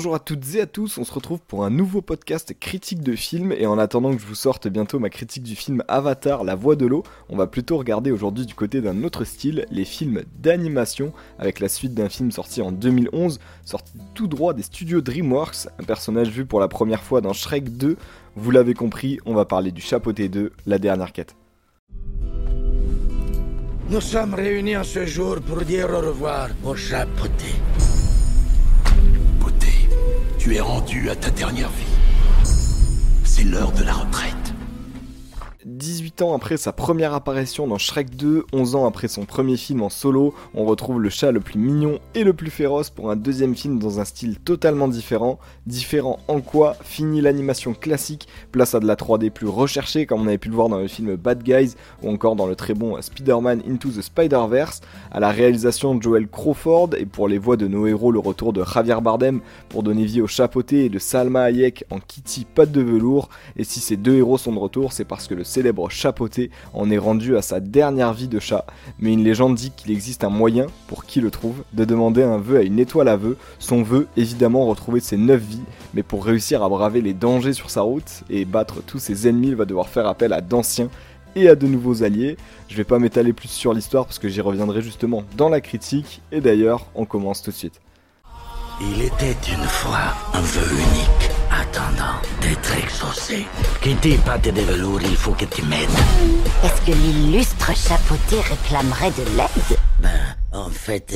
Bonjour à toutes et à tous, on se retrouve pour un nouveau podcast critique de film et en attendant que je vous sorte bientôt ma critique du film Avatar, La Voix de l'eau, on va plutôt regarder aujourd'hui du côté d'un autre style, les films d'animation, avec la suite d'un film sorti en 2011, sorti tout droit des studios DreamWorks, un personnage vu pour la première fois dans Shrek 2, vous l'avez compris, on va parler du Chapeauté 2, la dernière quête. Nous sommes réunis en ce jour pour dire au revoir au Chapeauté. Tu es rendu à ta dernière vie. C'est l'heure de la retraite. 18 ans après sa première apparition dans Shrek 2, 11 ans après son premier film en solo, on retrouve le chat le plus mignon et le plus féroce pour un deuxième film dans un style totalement différent. Différent en quoi? Fini l'animation classique, place à de la 3D plus recherchée comme on avait pu le voir dans le film Bad Guys ou encore dans le très bon Spider-Man Into the Spider-Verse, à la réalisation de Joel Crawford et pour les voix de nos héros le retour de Javier Bardem pour donner vie au Chapeauté et de Salma Hayek en Kitty patte de velours, et si ces deux héros sont de retour c'est parce que le célèbre Chapeauté en est rendu à sa dernière vie de chat, mais une légende dit qu'il existe un moyen, pour qui le trouve, de demander un vœu à une étoile à vœux, son vœu évidemment retrouver ses 9 vies, mais pour réussir à braver les dangers sur sa route et battre tous ses ennemis, il va devoir faire appel à d'anciens et à de nouveaux alliés. Je vais pas m'étaler plus sur l'histoire parce que j'y reviendrai justement dans la critique, et d'ailleurs on commence tout de suite. Il était une fois un vœu unique, attendant d'être exaucé. Kitty patte de velours, il faut que tu m'aides. Est-ce que l'illustre Chapeauté réclamerait de l'aide? En fait...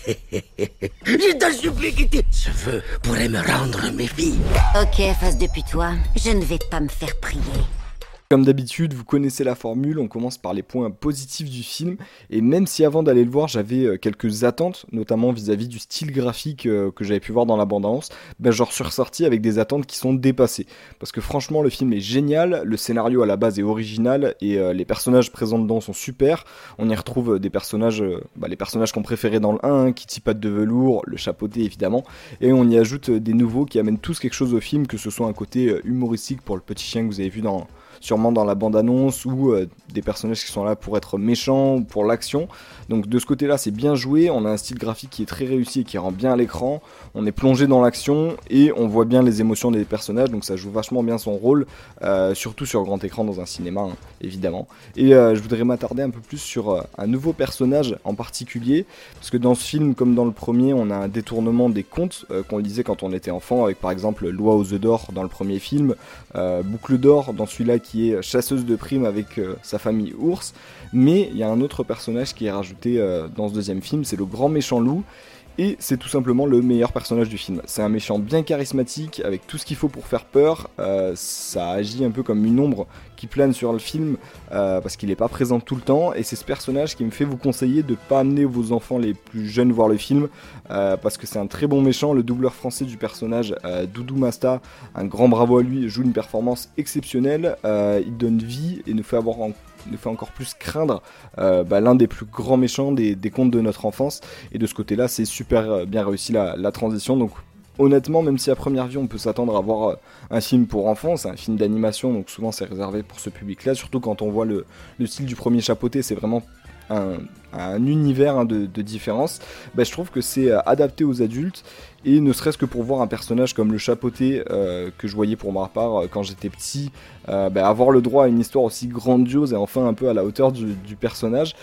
Je t'en supplie, Kitty. Ce vœu pourrait me rendre mes filles. Ok, face depuis toi, je ne vais pas me faire prier. Comme d'habitude, vous connaissez la formule, on commence par les points positifs du film, et même si avant d'aller le voir j'avais quelques attentes, notamment vis-à-vis du style graphique que j'avais pu voir dans la bande-annonce, j'en suis ressorti avec des attentes qui sont dépassées. Parce que franchement le film est génial, le scénario à la base est original, et les personnages présents dedans sont super. On y retrouve des personnages, les personnages qu'on préférait dans le 1, Kitty patte de velours, le Chapeauté évidemment, et on y ajoute des nouveaux qui amènent tous quelque chose au film, que ce soit un côté humoristique pour le petit chien que vous avez vu sûrement dans la bande-annonce, ou des personnages qui sont là pour être méchants, ou pour l'action. Donc de ce côté-là, c'est bien joué, on a un style graphique qui est très réussi et qui rend bien à l'écran, on est plongé dans l'action, et on voit bien les émotions des personnages, donc ça joue vachement bien son rôle, surtout sur grand écran dans un cinéma, évidemment. Et je voudrais m'attarder un peu plus sur un nouveau personnage en particulier, parce que dans ce film, comme dans le premier, on a un détournement des contes qu'on lisait quand on était enfant, avec par exemple Loi aux œufs d'or dans le premier film, Boucle d'or dans celui-là qui est chasseuse de primes avec sa famille ours, mais il y a un autre personnage qui est rajouté dans ce deuxième film, c'est le grand méchant loup, et c'est tout simplement le meilleur personnage du film. C'est un méchant bien charismatique, avec tout ce qu'il faut pour faire peur, ça agit un peu comme une ombre qui plane sur le film, parce qu'il n'est pas présent tout le temps, et c'est ce personnage qui me fait vous conseiller de ne pas amener vos enfants les plus jeunes voir le film, parce que c'est un très bon méchant. Le doubleur français du personnage, Doudou Masta, un grand bravo à lui, joue une performance exceptionnelle, il donne vie et nous fait encore plus craindre l'un des plus grands méchants des contes de notre enfance, et de ce côté-là c'est super bien réussi la transition. Donc honnêtement, même si à première vue on peut s'attendre à voir un film pour enfants, c'est un film d'animation, donc souvent c'est réservé pour ce public-là, surtout quand on voit le style du premier Chapeauté, c'est vraiment un univers de différence. Je trouve que c'est adapté aux adultes, et ne serait-ce que pour voir un personnage comme le Chapeauté que je voyais pour ma part quand j'étais petit, avoir le droit à une histoire aussi grandiose et enfin un peu à la hauteur du personnage,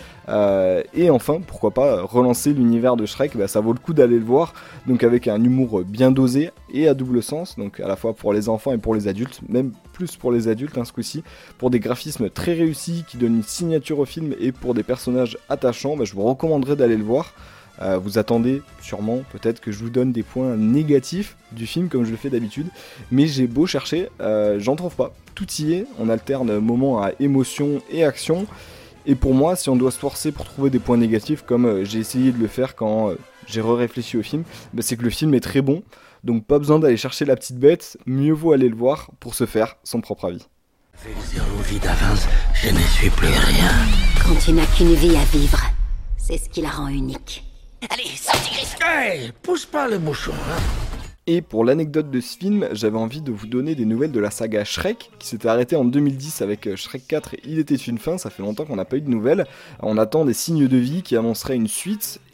et enfin pourquoi pas relancer l'univers de Shrek, ça vaut le coup d'aller le voir, donc avec un humour bien dosé et à double sens, donc à la fois pour les enfants et pour les adultes, même plus pour les adultes ce coup-ci, pour des graphismes très réussis qui donnent une signature au film, et pour des personnages attachants, je vous recommanderais d'aller le voir. Vous attendez sûrement peut-être que je vous donne des points négatifs du film comme je le fais d'habitude, mais j'ai beau chercher, j'en trouve pas. Tout y est, on alterne moments à émotion et action, et pour moi si on doit se forcer pour trouver des points négatifs comme j'ai essayé de le faire quand j'ai réfléchi au film, c'est que le film est très bon, donc pas besoin d'aller chercher la petite bête, mieux vaut aller le voir pour se faire son propre avis. Avec 0 vie d'avance, je ne suis plus rien. Quand tu n'as qu'une vie à vivre, c'est ce qui la rend unique. Allez, sorti Griff. Hey, pousse pas le bouchon, hein. Et pour l'anecdote de ce film, j'avais envie de vous donner des nouvelles de la saga Shrek, qui s'était arrêtée en 2010 avec Shrek 4 et Il était une fin, ça fait longtemps qu'on n'a pas eu de nouvelles. On attend des signes de vie qui annonceraient une suite,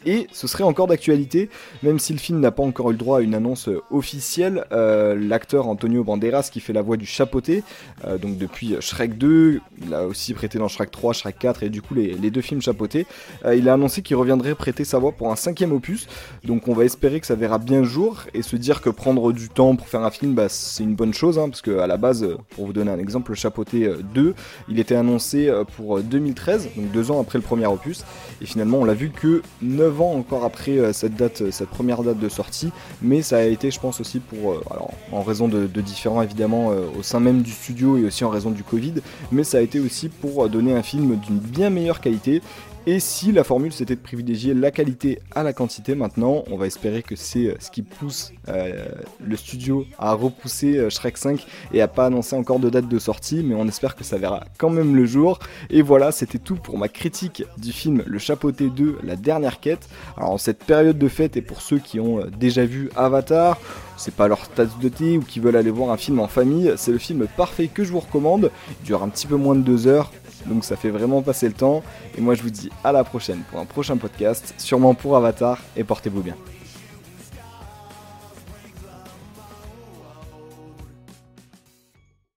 Et ce serait encore d'actualité, même si le film n'a pas encore eu le droit à une annonce officielle. L'acteur Antonio Banderas, qui fait la voix du chapeauté, donc depuis Shrek 2, il a aussi prêté dans Shrek 3, Shrek 4 et du coup les deux films chapeautés, il a annoncé qu'il reviendrait prêter sa voix pour un 5e opus, donc on va espérer que ça verra bien le jour, et se dire que prendre du temps pour faire un film, c'est une bonne chose, parce que à la base, pour vous donner un exemple, le chapeauté 2, il était annoncé pour 2013, donc 2 ans après le premier opus, et finalement on l'a vu que 9 ans encore après cette première date de sortie, mais ça a été, je pense, aussi alors en raison de différents évidemment au sein même du studio et aussi en raison du Covid, mais ça a été aussi pour donner un film d'une bien meilleure qualité. Et si la formule c'était de privilégier la qualité à la quantité, maintenant on va espérer que c'est ce qui pousse le studio à repousser Shrek 5 et à pas annoncer encore de date de sortie, mais on espère que ça verra quand même le jour. Et voilà, c'était tout pour ma critique du film Le Chapeauté 2, la dernière quête. Alors en cette période de fête, et pour ceux qui ont déjà vu Avatar, c'est pas leur tasse de thé ou qui veulent aller voir un film en famille, c'est le film parfait que je vous recommande. Il dure un petit peu moins de 2 heures, donc ça fait vraiment passer le temps. Et moi je vous dis à la prochaine pour un prochain podcast, sûrement pour Avatar, et portez-vous bien.